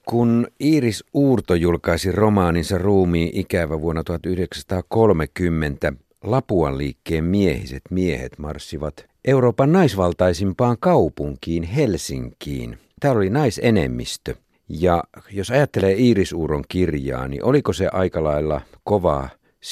Kun Iiris Uurto julkaisi romaaninsa Ruumiin ikävä vuonna 1930, Lapuan liikkeen miehiset miehet marssivat Euroopan naisvaltaisimpaan kaupunkiin Helsinkiin. Täällä oli naisenemmistö. Ja jos ajattelee Iiris Uurton kirjaa, niin oliko se aika lailla kova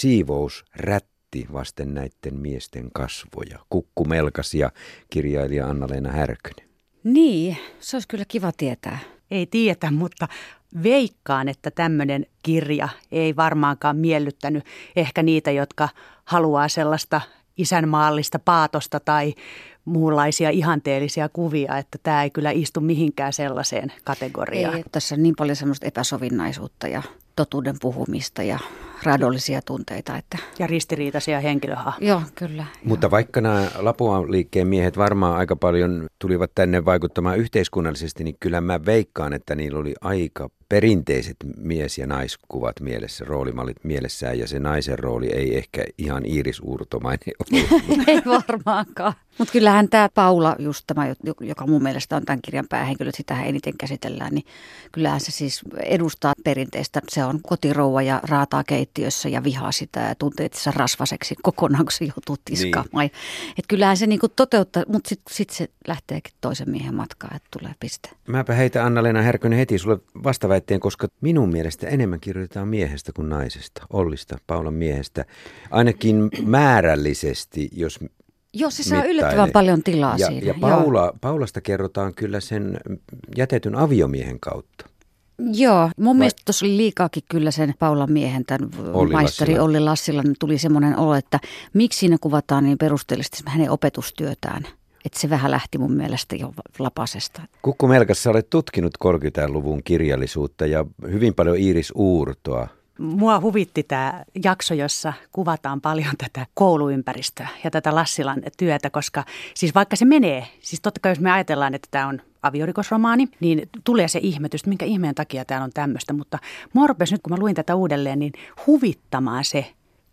siivousrätti vasten näiden miesten kasvoja? Kukku Melkas ja kirjailija Anna-Leena Härkönen. Niin, se olisi kyllä kiva tietää. Ei tiedetä, mutta veikkaan, että tämmöinen kirja ei varmaankaan miellyttänyt ehkä niitä, jotka haluaa sellaista isänmaallista paatosta tai muunlaisia ihanteellisia kuvia, että tämä ei kyllä istu mihinkään sellaiseen kategoriaan. Ei, tässä on niin paljon semmoista epäsovinnaisuutta ja totuuden puhumista ja raadollisia tunteita. Että... Ja ristiriitaisia henkilöhahmoja. Joo, kyllä. Mutta vaikka nämä Lapuan liikkeen miehet varmaan aika paljon tulivat tänne vaikuttamaan yhteiskunnallisesti, niin kyllä mä veikkaan, että niillä oli aika perinteiset mies- ja naiskuvat mielessä, roolimallit mielessään, ja se naisen rooli ei ehkä ihan Iiris Uurtomainen ollut. Ei varmaankaan. Mutta kyllähän tämä Paula, just tämä, joka mun mielestä on tämän kirjan päähenkilö, sitä eniten käsitellään, niin kyllähän se siis edustaa perinteistä. Se on kotirouva ja raataa keittiössä ja vihaa sitä ja tuntee itsensä rasvaseksi kokonaan, kun se joutuu tiskaamaan. Niin. Että kyllähän se niinku toteuttaa, mutta sitten se lähteekin toisen miehen matkaan, että tulee piste. Mäpä heitä Anna-Leena Härkönen heti sulle vastaväitteen, koska minun mielestä enemmän kirjoitetaan miehestä kuin naisesta, Ollista, Paulan miehestä, ainakin määrällisesti, jos joo, se saa yllättävän paljon tilaa siinä. Ja Paulasta kerrotaan kyllä sen jätetyn aviomiehen kautta. Joo, mun mielestä tuossa oli liikaakin kyllä sen Paulan miehen, tämän maisteri Olli Lassilan, niin tuli semmoinen olo, että miksi siinä kuvataan niin perusteellisesti hänen opetustyötään. Että se vähän lähti mun mielestä jo lapasesta. Kukku Melkas, sä olet tutkinut 30-luvun kirjallisuutta ja hyvin paljon Iiris Uurtoa. Mua huvitti tämä jakso, jossa kuvataan paljon tätä kouluympäristöä ja tätä Lassilan työtä, koska siis vaikka se menee, siis totta kai jos me ajatellaan, että tämä on aviorikosromaani, niin tulee se ihmetys, että minkä ihmeen takia täällä on tämmöistä. Mutta mua rupesi nyt, kun mä luin tätä uudelleen, niin huvittamaan se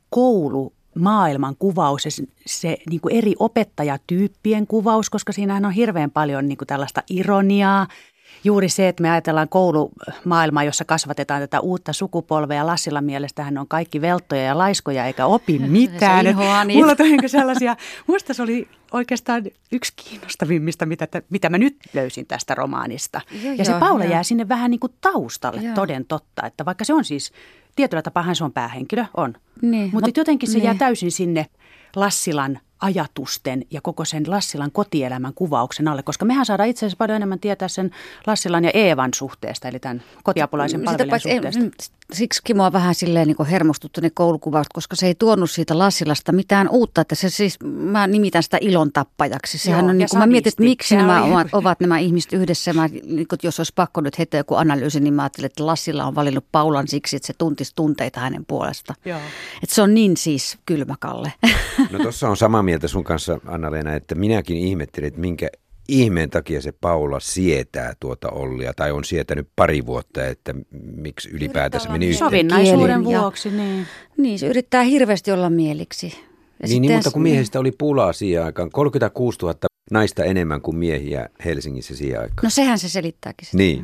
koulumaailman kuvaus, se niin kuin eri opettajatyyppien kuvaus, koska siinähän on hirveän paljon niin kuin tällaista ironiaa. Juuri se, että me ajatellaan koulumaailmaa, jossa kasvatetaan tätä uutta sukupolvea. Lassilan mielestä hän on kaikki velttoja ja laiskoja eikä opi mitään. Mulla tuli sellaisia, musta se oli oikeastaan yksi kiinnostavimmista, mitä mä nyt löysin tästä romaanista. Ja se Paula jää sinne vähän niin kuin taustalle, toden totta. Että vaikka se on siis, tietyllä tapaa se on päähenkilö, on. Niin, mutta jotenkin se jää täysin sinne Lassilan ajatusten ja koko sen Lassilan kotielämän kuvauksen alle, koska mehän saadaan itse asiassa paljon enemmän tietää sen Lassilan ja Eevan suhteesta, eli tämän kotiapulaisen palvelijan suhteesta. Siksi mua vähän silleen niin hermostuttu ne koulukuvaukset, koska se ei tuonut siitäLassilasta mitään uutta, että se siis, mä nimitän sitä ilon tappajaksi. Sehän on, niin kun mä mietin, että miksi nämä ovat nämä ihmiset yhdessä, mä, niin kun, jos olisi pakko nyt heti joku analyysi, niin mä ajattelin, että Lassila on valinnut Paulan siksi, että se tuntisi tunteita hänen puolesta. Että se on niin siis kylmäkalle. No tuossa on samaa mieltä sun kanssa, Anna-Leena, että minäkin ihmettelin, että minkä ihmeen takia se Paula sietää tuota Ollia, tai on sietänyt pari vuotta, että miksi ylipäätänsä meni yhteen. Sovinnaisuuden vuoksi, niin. Niin, se yrittää hirveästi olla mieliksi. Niin, mutta kun miehistä oli pulaa siihen aikaan, 36 000 naista enemmän kuin miehiä Helsingissä siihen aikaan. No sehän se selittääkin sitä. Niin.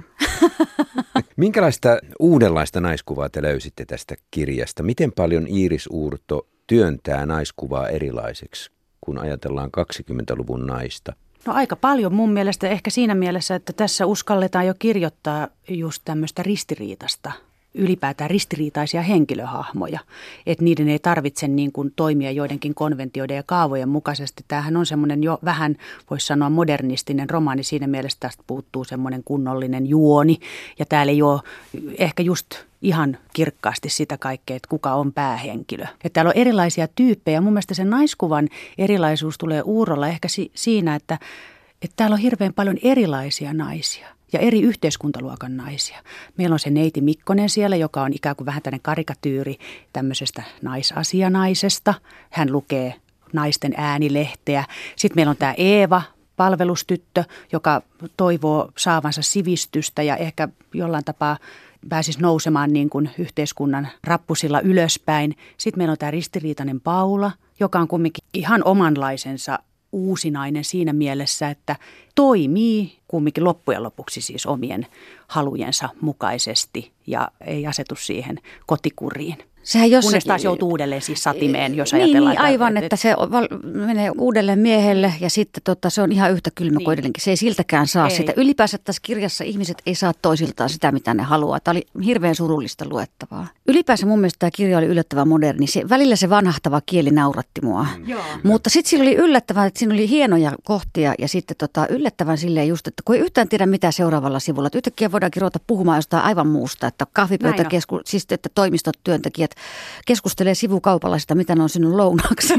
Minkälaista uudenlaista naiskuvaa te löysitte tästä kirjasta? Miten paljon Iiris Uurto työntää naiskuvaa erilaiseksi, kun ajatellaan 20-luvun naista? No aika paljon mun mielestä, ehkä siinä mielessä, että tässä uskalletaan jo kirjoittaa just tämmöistä ristiriitasta, ylipäätään ristiriitaisia henkilöhahmoja, että niiden ei tarvitse niin kuin toimia joidenkin konventioiden ja kaavojen mukaisesti. Tämähän on semmoinen jo vähän, voisi sanoa, modernistinen romaani, siinä mielessä tästä puuttuu semmoinen kunnollinen juoni, ja täällä ei ole ehkä just ihan kirkkaasti sitä kaikkea, että kuka on päähenkilö. Että täällä on erilaisia tyyppejä. Mun mielestä se naiskuvan erilaisuus tulee Uurrolla ehkä siinä, että täällä on hirveän paljon erilaisia naisia ja eri yhteiskuntaluokan naisia. Meillä on se neiti Mikkonen siellä, joka on ikään kuin vähän tämmöinen karikatyyri tämmöisestä naisasianaisesta. Hän lukee naisten äänilehteä. Sitten meillä on tämä Eeva, palvelustyttö, joka toivoo saavansa sivistystä ja ehkä jollain tapaa pääsisi nousemaan niin kuin yhteiskunnan rappusilla ylöspäin. Sitten meillä on tämä ristiriitainen Paula, joka on kumminkin ihan omanlaisensa uusinainen siinä mielessä, että toimii kumminkin loppujen lopuksi siis omien halujensa mukaisesti ja ei asetu siihen kotikuriin. Sehän kunnes taas joutuu uudelleen siis satimeen, jos ajatellaan. Niin, aivan, että se menee uudelle miehelle ja sitten se on ihan yhtä kylmä kuin edellinenkin. Se ei siltäkään saa sitä. Ylipäänsä tässä kirjassa ihmiset ei saa toisiltaan sitä, mitä ne haluaa. Tämä oli hirveän surullista luettavaa. Ylipäänsä mun mielestä tämä kirja oli yllättävän moderni. Välillä se vanhahtava kieli nauratti mua. Mutta sitten siinä oli yllättävän, että siinä oli hienoja kohtia ja sitten yllättävän silleen just, että kun ei yhtään tiedä mitä seuraavalla sivulla. Että yhtäkkiä voidaankin ruveta puhumaan jostain aivan muusta, että siis että toimistot, työntekijät keskustelee sivukaupalla sitä, mitä ne on sinun lounaaksi.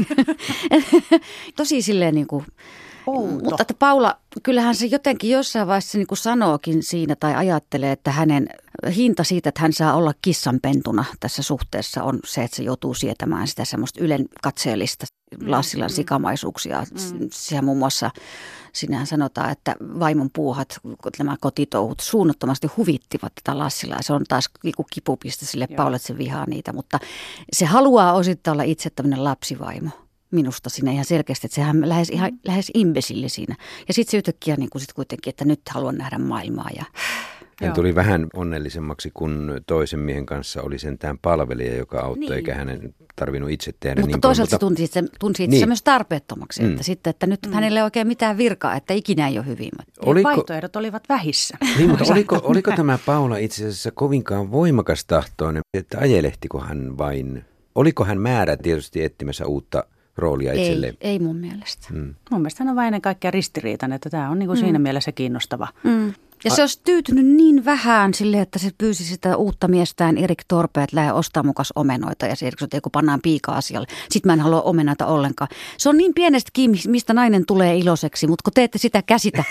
Tosi silleen niin kuin, mutta että Paula, kyllähän se jotenkin jossain vaiheessa niin kuin sanookin siinä tai ajattelee, että hänen hinta siitä, että hän saa olla kissanpentuna tässä suhteessa on se, että se joutuu sietämään sitä semmoista ylenkatseellista Lassilan sikamaisuuksia. Sehän muun muassa, sinähän sanotaan, että vaimon puuhat, nämä kotitouhut suunnattomasti huvittivat tätä Lassilaa. Se on taas kipupiste sille Paulalle, että se vihaa niitä, mutta se haluaa osittain olla itse tämmöinen lapsivaimo. Minusta siinä ihan selkeästi, että sehän lähes imbesilli siinä. Ja sitten se yhtäkkiä niin kuin sit kuitenkin, että nyt haluan nähdä maailmaa. Hän tuli vähän onnellisemmaksi, kun toisen miehen kanssa oli sentään palvelija, joka auttoi, eikä hänen tarvinnut itse tehdä mutta niin toisaalta se tunsi itse myös tarpeettomaksi, että nyt hänellä ei oikein mitään virkaa, että ikinä ei ole hyvin. Vaihtoehdot olivat vähissä. Niin, mutta oliko tämä Paula itse asiassa kovinkaan voimakas tahtoinen, että ajelehtiko hän vain, oliko hän määrä tietysti etsimässä uutta roolia itselleen? Ei mun mielestä. Mun mielestä hän on vain ennen kaikkea ristiriitainen, että tämä on niin kuin siinä mielessä kiinnostava. Ja se olisi tyytynyt niin vähän sille, että se pyysi sitä uutta miestään Erik Torpea, että lähde ostaa mukas omenoita. Ja se Erik sanoi, että kun pannaan piika asialle. Sitten mä en halua omenaita ollenkaan. Se on niin pienestä kiinni, mistä nainen tulee iloiseksi, mutta kun te ette sitä käsitä.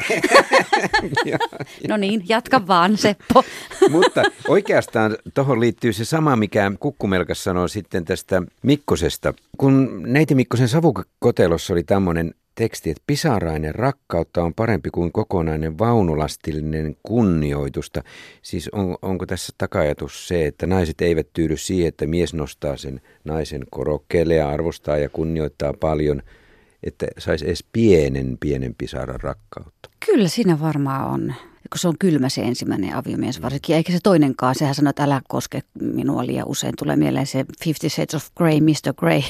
No niin, jatka vaan, Seppo. Mutta oikeastaan tuohon liittyy se sama, mikä Kukkumelkas sanoi sitten tästä Mikkosesta. Kun neiti Mikkosen savukotelossa oli tämmöinen teksti, että pisarainen rakkautta on parempi kuin kokonainen vaunulastillinen kunnioitusta. Siis onko tässä taka-ajatus se, että naiset eivät tyydy siihen, että mies nostaa sen naisen korokkeelle ja arvostaa ja kunnioittaa paljon, että saisi edes pienen pisaran rakkautta? Kyllä siinä varmaan on. Kun se on kylmä se ensimmäinen aviomies varsinkin, eikä se toinenkaan. Sehän sanoo, että älä koske minua liian usein. Tulee mieleen se 50 Shades of Grey, Mr. Grey,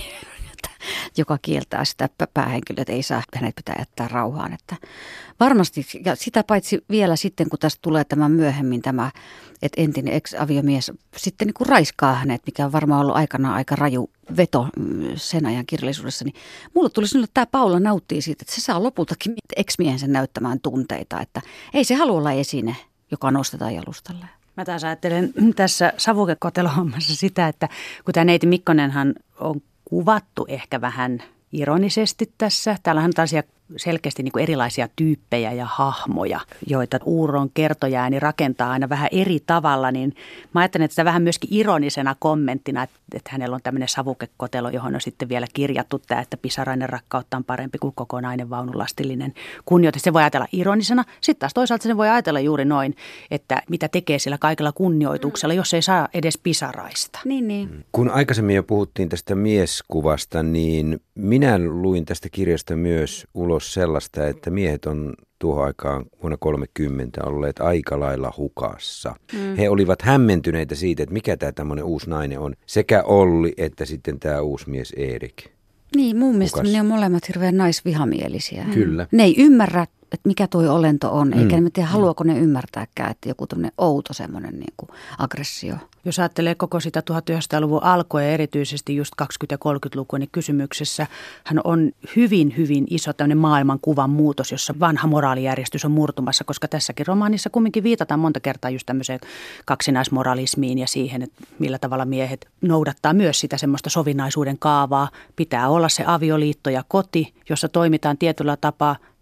joka kieltää sitä päähenkilöä, että ei saa hänet pitää jättää rauhaan. Että varmasti, ja sitä paitsi vielä sitten, kun tästä tulee tämä myöhemmin tämä, että entinen ex-aviomies sitten niin kuin raiskaa hänet, mikä on varmaan ollut aikanaan aika raju veto sen ajan kirjallisuudessa, niin mulle tuli sinulle, että tämä Paula nauttii siitä, että se saa lopultakin ex-miehensä näyttämään tunteita, että ei se halua olla esine, joka nostetaan jalustalle. Mä taas ajattelen tässä savukekotelohommassa sitä, että kun tämä neiti Mikkonenhan on kuvattu ehkä vähän ironisesti tässä. Täällä on taas selkeästi niin kuin erilaisia tyyppejä ja hahmoja, joita Uuron kertojääni rakentaa aina vähän eri tavalla. Niin mä ajattelen, että sitä vähän myöskin ironisena kommenttina, että hänellä on tämmöinen savukekotelo, johon on sitten vielä kirjattu tämä, että pisarainen rakkautta on parempi kuin kokonainen vaunulastillinen kunnioitus. Se voi ajatella ironisena. Sitten taas toisaalta se voi ajatella juuri noin, että mitä tekee sillä kaikella kunnioituksella, jos ei saa edes pisaraista. Niin. Kun aikaisemmin jo puhuttiin tästä mieskuvasta, niin minä luin tästä kirjasta myös ulos sellaista, että miehet on tuohon aikaan vuonna 30 olleet aika lailla hukassa. He olivat hämmentyneitä siitä, että mikä tämä tämmöinen uusi nainen on. Sekä Olli että sitten tämä uusi mies Erik. Niin, mun mielestä ne on molemmat hirveän naisvihamielisiä. Kyllä. Ne ei ymmärrä, että mikä tuo olento on, eikä ne tiedä, haluaako ne ymmärtääkään, että joku tämmöinen outo semmoinen niin kuin aggressio. Jos ajattelee koko sitä 1900-luvun alkua ja erityisesti just 20- ja 30-lukua, niin kysymyksessä hän on hyvin, hyvin iso tämmöinen maailmankuvan muutos, jossa vanha moraalijärjestys on murtumassa, koska tässäkin romaanissa kumminkin viitataan monta kertaa just tämmöiseen kaksinaismoralismiin ja siihen, että millä tavalla miehet noudattaa myös sitä semmoista sovinnaisuuden kaavaa. Pitää olla se avioliitto ja koti, jossa toimitaan tietyllä tapaa.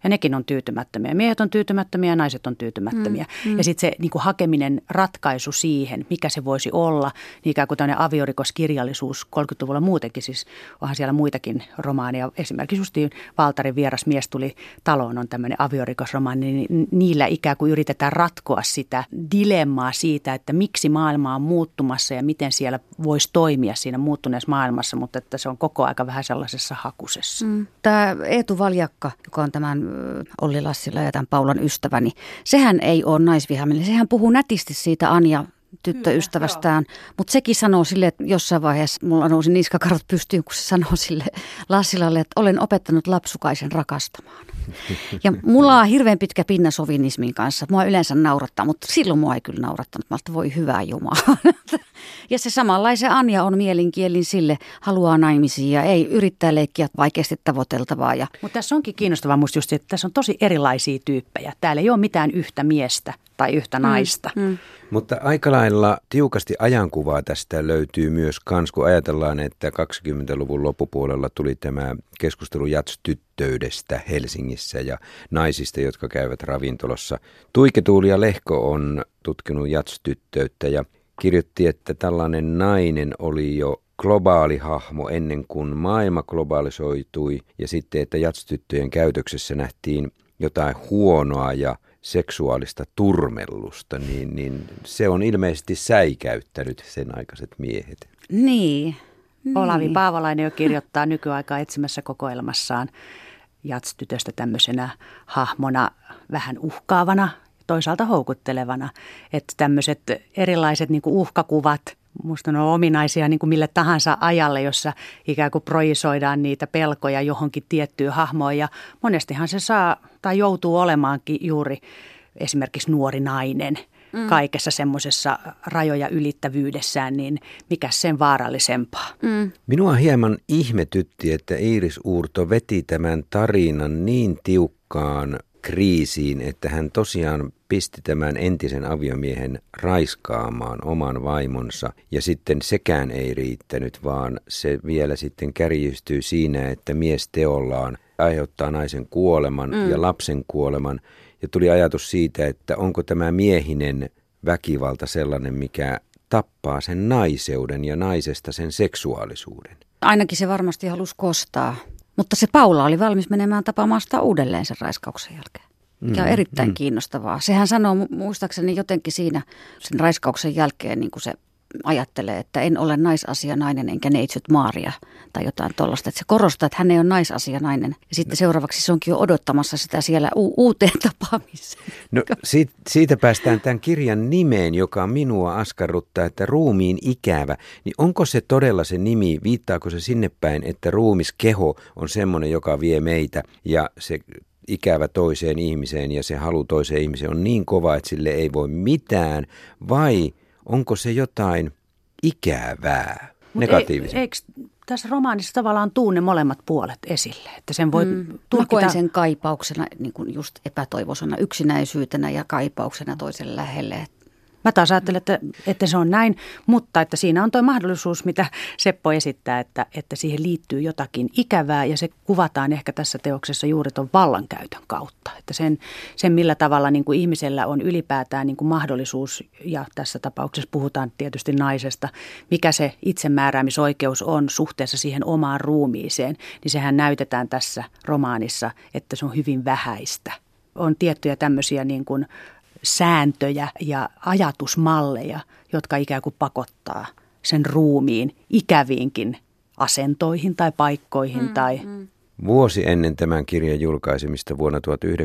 ja nekin on tyytymättömiä. Miehet on tyytymättömiä ja naiset on tyytymättömiä. Ja sitten se niin kuin hakeminen ratkaisu siihen, mikä se voisi olla, niin ikään kuin tämmöinen aviorikoskirjallisuus 30-luvulla muutenkin, siis onhan siellä muitakin romaaneja. Esimerkiksi justiin Valtarin Vieras mies tuli taloon on tämmöinen aviorikosromaani, niin niillä ikään kuin yritetään ratkoa sitä dilemmaa siitä, että miksi maailma on muuttumassa ja miten siellä voisi toimia siinä muuttuneessa maailmassa, mutta että se on koko aika vähän sellaisessa hakusessa. Tämä Eetu Valjakka, joka on tämän Olli Lassila ja tämän Paulan ystävä, niin sehän ei ole naisvihaminen. Sehän puhuu nätisti siitä Anja tyttöystävästään, mutta sekin sanoo sille, että jossain vaiheessa mulla nousi niskakarvat pystyyn, kun se sanoo sille Lassilalle, että olen opettanut lapsukaisen rakastamaan. Ja mulla on hirveän pitkä pinna sovinismin kanssa. Mua yleensä naurattaa, mutta silloin mua ei kyllä naurattanut. Mä olin, voi hyvää Jumala. Ja se samanlaisen Anja on mielinkielin sille, haluaa naimisiin ja ei yrittää leikkiä vaikeasti tavoiteltavaa. Mutta tässä onkin kiinnostavaa musta just, että tässä on tosi erilaisia tyyppejä. Täällä ei ole mitään yhtä miestä tai yhtä naista. Mutta aika lailla tiukasti ajankuvaa tästä löytyy myös kans, kun ajatellaan, että 20-luvun loppupuolella tuli tämä keskustelu jats-tyttöydestä Helsingissä ja naisista, jotka käyvät ravintolassa. Tuike Tuulia Lehko on tutkinut jats-tyttöyttä ja kirjoitti, että tällainen nainen oli jo globaali hahmo ennen kuin maailma globalisoitui ja sitten, että jats-tyttöjen käytöksessä nähtiin jotain huonoa ja seksuaalista turmellusta, niin se on ilmeisesti säikäyttänyt sen aikaiset miehet. Niin. Olavi Paavolainen jo kirjoittaa nykyaikaa etsimässä kokoelmassaan jats-tytöstä tämmöisenä hahmona vähän uhkaavana, toisaalta houkuttelevana. Että tämmöiset erilaiset niin kuin uhkakuvat, musta ne on ominaisia niin kuin mille tahansa ajalle, jossa ikään kuin projisoidaan niitä pelkoja johonkin tiettyyn hahmoon. Ja monestihan se saa tai joutuu olemaankin juuri esimerkiksi nuori nainen kaikessa semmoisessa rajoja ylittävyydessään, niin mikä sen vaarallisempaa? Minua hieman ihmetytti, että Iiris Uurto veti tämän tarinan niin tiukkaan kriisiin, että hän tosiaan pisti tämän entisen aviomiehen raiskaamaan oman vaimonsa ja sitten sekään ei riittänyt, vaan se vielä sitten kärjistyy siinä, että mies teollaan aiheuttaa naisen kuoleman ja lapsen kuoleman ja tuli ajatus siitä, että onko tämä miehinen väkivalta sellainen, mikä tappaa sen naiseuden ja naisesta sen seksuaalisuuden. Ainakin se varmasti halusi kostaa. Mutta se Paula oli valmis menemään tapaamaan sitä uudelleen sen raiskauksen jälkeen. Mikä on erittäin kiinnostavaa. Sehän sanoo muistaakseni jotenkin siinä sen raiskauksen jälkeen, niin kuin se ajattelee, että en ole naisasianainen enkä neitsyt Maaria tai jotain tuollaista. Että se korostaa, että hän ei ole naisasianainen. Ja sitten seuraavaksi se onkin jo odottamassa sitä siellä uuteen tapaamiseen. No siitä päästään tämän kirjan nimeen, joka minua askarruttaa, että ruumiin ikävä. Niin onko se todella se nimi, viittaako se sinne päin, että ruumiskeho on semmoinen, joka vie meitä ja se ikävä toiseen ihmiseen ja se halu toiseen ihmiseen on niin kova, että sille ei voi mitään, vai onko se jotain ikävää, negatiivista? Eikö tässä romaanissa tavallaan tuu ne molemmat puolet esille, että sen voi tulkita? Mä koen sen kaipauksena, niin kuin just epätoivoisena yksinäisyytenä ja kaipauksena toisen lähelle. Mä taas ajattelen, että se on näin, mutta että siinä on tuo mahdollisuus, mitä Seppo esittää, että siihen liittyy jotakin ikävää ja se kuvataan ehkä tässä teoksessa juuri tuon vallankäytön kautta. Että sen millä tavalla niin kuin ihmisellä on ylipäätään niin kuin mahdollisuus, ja tässä tapauksessa puhutaan tietysti naisesta, mikä se itsemääräämisoikeus on suhteessa siihen omaan ruumiiseen, niin sehän näytetään tässä romaanissa, että se on hyvin vähäistä. On tiettyjä tämmöisiä niin kuin sääntöjä ja ajatusmalleja, jotka ikään kuin pakottaa sen ruumiin ikäviinkin asentoihin tai paikkoihin. Vuosi ennen tämän kirjan julkaisemista vuonna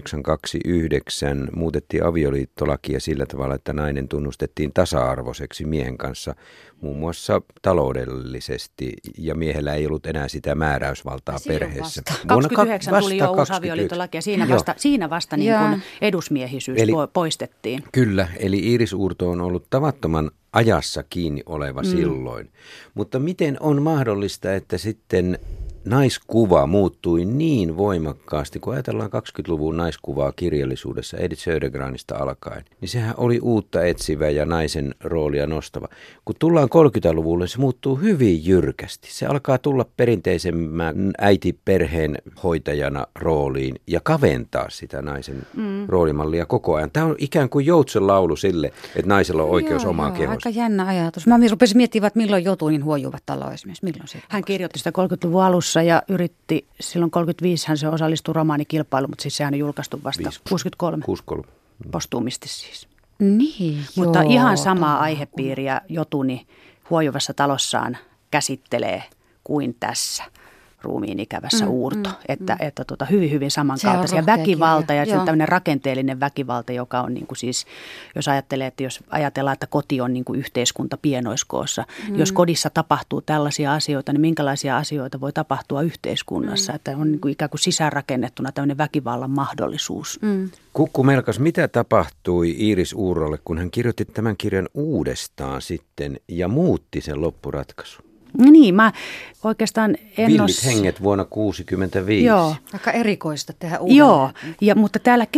1929 muutettiin avioliittolakia sillä tavalla, että nainen tunnustettiin tasa-arvoiseksi miehen kanssa muun muassa taloudellisesti ja miehellä ei ollut enää sitä määräysvaltaa perheessä. 29 tuli jo uusi avioliittolaki ja siinä vasta niin kuin edusmiehisyys poistettiin. Kyllä, eli Iiris Uurto on ollut tavattoman ajassa kiinni oleva silloin. Mutta miten on mahdollista, että sitten naiskuva muuttui niin voimakkaasti, kun ajatellaan 20-luvun naiskuvaa kirjallisuudessa Edith Södergranista alkaen, niin sehän oli uutta etsivä ja naisen roolia nostava. Kun tullaan 30-luvulle, se muuttuu hyvin jyrkästi. Se alkaa tulla perinteisemmän äiti-perheen hoitajana rooliin ja kaventaa sitä naisen roolimallia koko ajan. Tämä on ikään kuin Joutsen laulu sille, että naisella on oikeus omaan kehoon. Aika jännä ajatus. Mä rupesin miettimään, että milloin Jotunin huojuvat talo esimerkiksi. Milloin se? Hän kirjoitti sitä 30-luvun alussa ja yritti, silloin 35 se osallistui romaanikilpailuun, mutta siis sehän on julkaistu vasta 63. Postuumisti siis. Niin, mutta ihan samaa aihepiiriä Jotuni huojuvassa talossaan käsittelee kuin tässä ruumiin ikävässä Uurto. Että hyvin samankaltaisia väkivalta ja tämmöinen rakenteellinen väkivalta, joka on niin kuin siis, jos ajatellaan, että koti on niin kuin yhteiskunta pienoiskoossa. Jos kodissa tapahtuu tällaisia asioita, niin minkälaisia asioita voi tapahtua yhteiskunnassa? Että on niin kuin ikään kuin sisäänrakennettuna tämmöinen väkivallan mahdollisuus. Kukku Melkas, mitä tapahtui Iiris Uurrolle, kun hän kirjoitti tämän kirjan uudestaan sitten ja muutti sen loppuratkaisun? Niin, mä oikeastaan Villit henget vuonna 1965. Joo. Aika erikoista tehdä uudelleen. Joo, mutta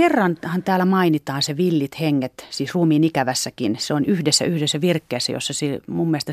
täällä mainitaan se villit henget, siis ruumiin ikävässäkin. Se on yhdessä virkkeessä, jossa mun mielestä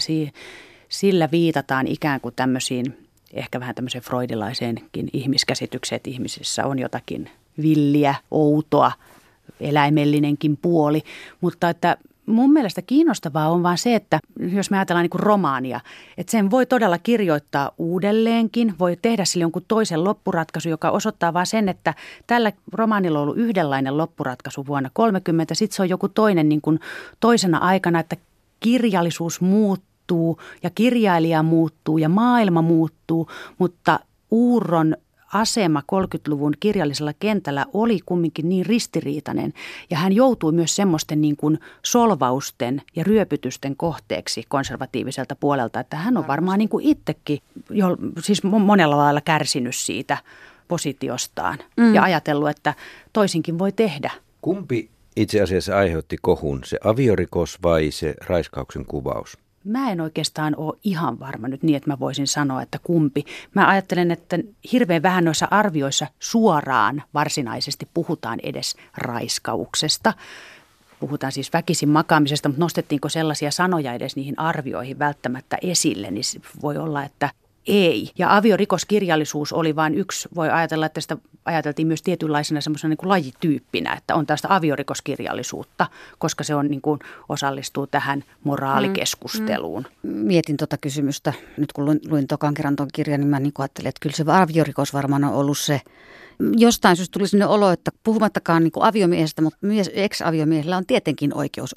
sillä viitataan ikään kuin tämmöisiin, ehkä vähän tämmöiseen freudilaiseenkin ihmiskäsitykseen, että ihmisissä on jotakin villiä, outoa, eläimellinenkin puoli, mutta että mun mielestä kiinnostavaa on vaan se, että jos me ajatellaan niin kuin romaania, että sen voi todella kirjoittaa uudelleenkin, voi tehdä sille jonkun toisen loppuratkaisu, joka osoittaa vaan sen, että tällä romaanilla on ollut yhdenlainen loppuratkaisu vuonna 1930, sitten se on joku toinen niin kuin toisena aikana, että kirjallisuus muuttuu ja kirjailija muuttuu ja maailma muuttuu, mutta Uurron asema 30-luvun kirjallisella kentällä oli kumminkin niin ristiriitainen ja hän joutui myös semmoisten niin kuin solvausten ja ryöpytysten kohteeksi konservatiiviselta puolelta, että hän on varmaan niin kuin itsekin siis monella lailla kärsinyt siitä positiostaan ja ajatellut, että toisinkin voi tehdä. Kumpi itse asiassa aiheutti kohun, se aviorikos vai se raiskauksen kuvaus? Mä en oikeastaan ole ihan varma nyt niin, että mä voisin sanoa, että kumpi. Mä ajattelen, että hirveän vähän noissa arvioissa suoraan varsinaisesti puhutaan edes raiskauksesta. Puhutaan siis väkisin makaamisesta, mutta nostettiinko sellaisia sanoja edes niihin arvioihin välttämättä esille, niin voi olla, että ei. Ja aviorikoskirjallisuus oli vain yksi, voi ajatella, että sitä ajateltiin myös tietynlaisena semmoisena niin kuin lajityyppinä, että on tästä aviorikoskirjallisuutta, koska se on niin kuin osallistuu tähän moraalikeskusteluun. Mietin tuota kysymystä, nyt kun luin tokan kerran tuon kirjan, niin mä niin ajattelin, että kyllä se aviorikos varmaan on ollut se. Jostain syystä tuli sellainen olo, että puhumattakaan niin kuin aviomiehestä, mutta myös ex-aviomiehellä on tietenkin oikeus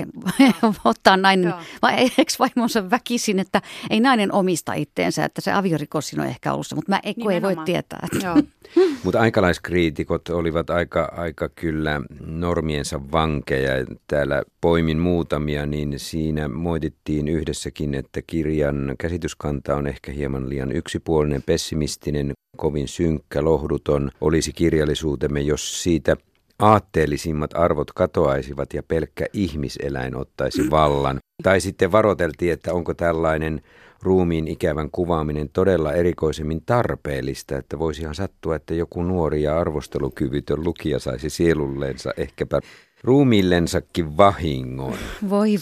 ottaa nainen vai ex-vaimonsa väkisin, että ei nainen omista itteensä, että se aviorikos siinä on ehkä ollut se, mutta ei voi tietää. Mutta aikalaiskriitikot olivat aika kyllä normiensa vankeja. Täällä poimin muutamia, niin siinä moitittiin yhdessäkin, että kirjan käsityskanta on ehkä hieman liian yksipuolinen, pessimistinen, kovin synkkä, lohduton olisi kirjallisuutemme, jos siitä aatteellisimmat arvot katoaisivat ja pelkkä ihmiseläin ottaisi vallan. Tai sitten varoiteltiin, että onko tällainen ruumiin ikävän kuvaaminen todella erikoisemmin tarpeellista, että voisihan sattua, että joku nuori ja arvostelukyvytön lukija saisi sielullensa ehkäpä ruumiillensakin vahingon. Voi.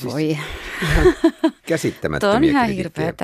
Käsittämättömiä kritiikkejä. On ihan kritiikkejä. hirveätä.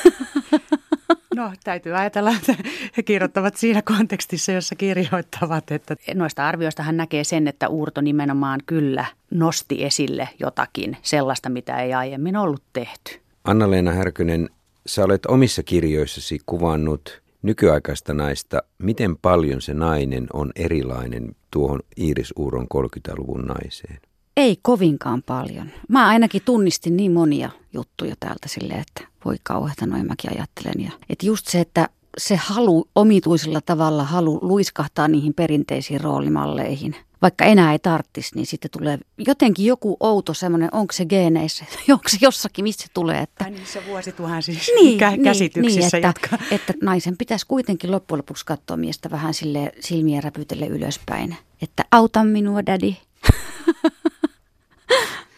No, täytyy ajatella, että he kirjoittavat siinä kontekstissa, jossa kirjoittavat. Että noista arvioista hän näkee sen, että Uurto nimenomaan kyllä nosti esille jotakin sellaista, mitä ei aiemmin ollut tehty. Anna-Leena Härkönen, sä olet omissa kirjoissasi kuvannut nykyaikaista naista. Miten paljon se nainen on erilainen tuohon Iiris Uurron 30-luvun naiseen? Ei kovinkaan paljon. Mä ainakin tunnistin niin monia juttuja täältä silleen, että voi kauheata, noin mäkin ajattelen. Että just se, että se omituisella tavalla luiskahtaa niihin perinteisiin roolimalleihin. Vaikka enää ei tarttisi, niin sitten tulee jotenkin joku outo semmoinen, onko se geeneissä, onko se jossakin, mistä se tulee. Että niissä vuosituhansissa käsityksissä. Että naisen pitäisi kuitenkin loppujen lopuksi katsoa miestä vähän silleen silmiä räpytelle ylöspäin. Että auta minua, daddy.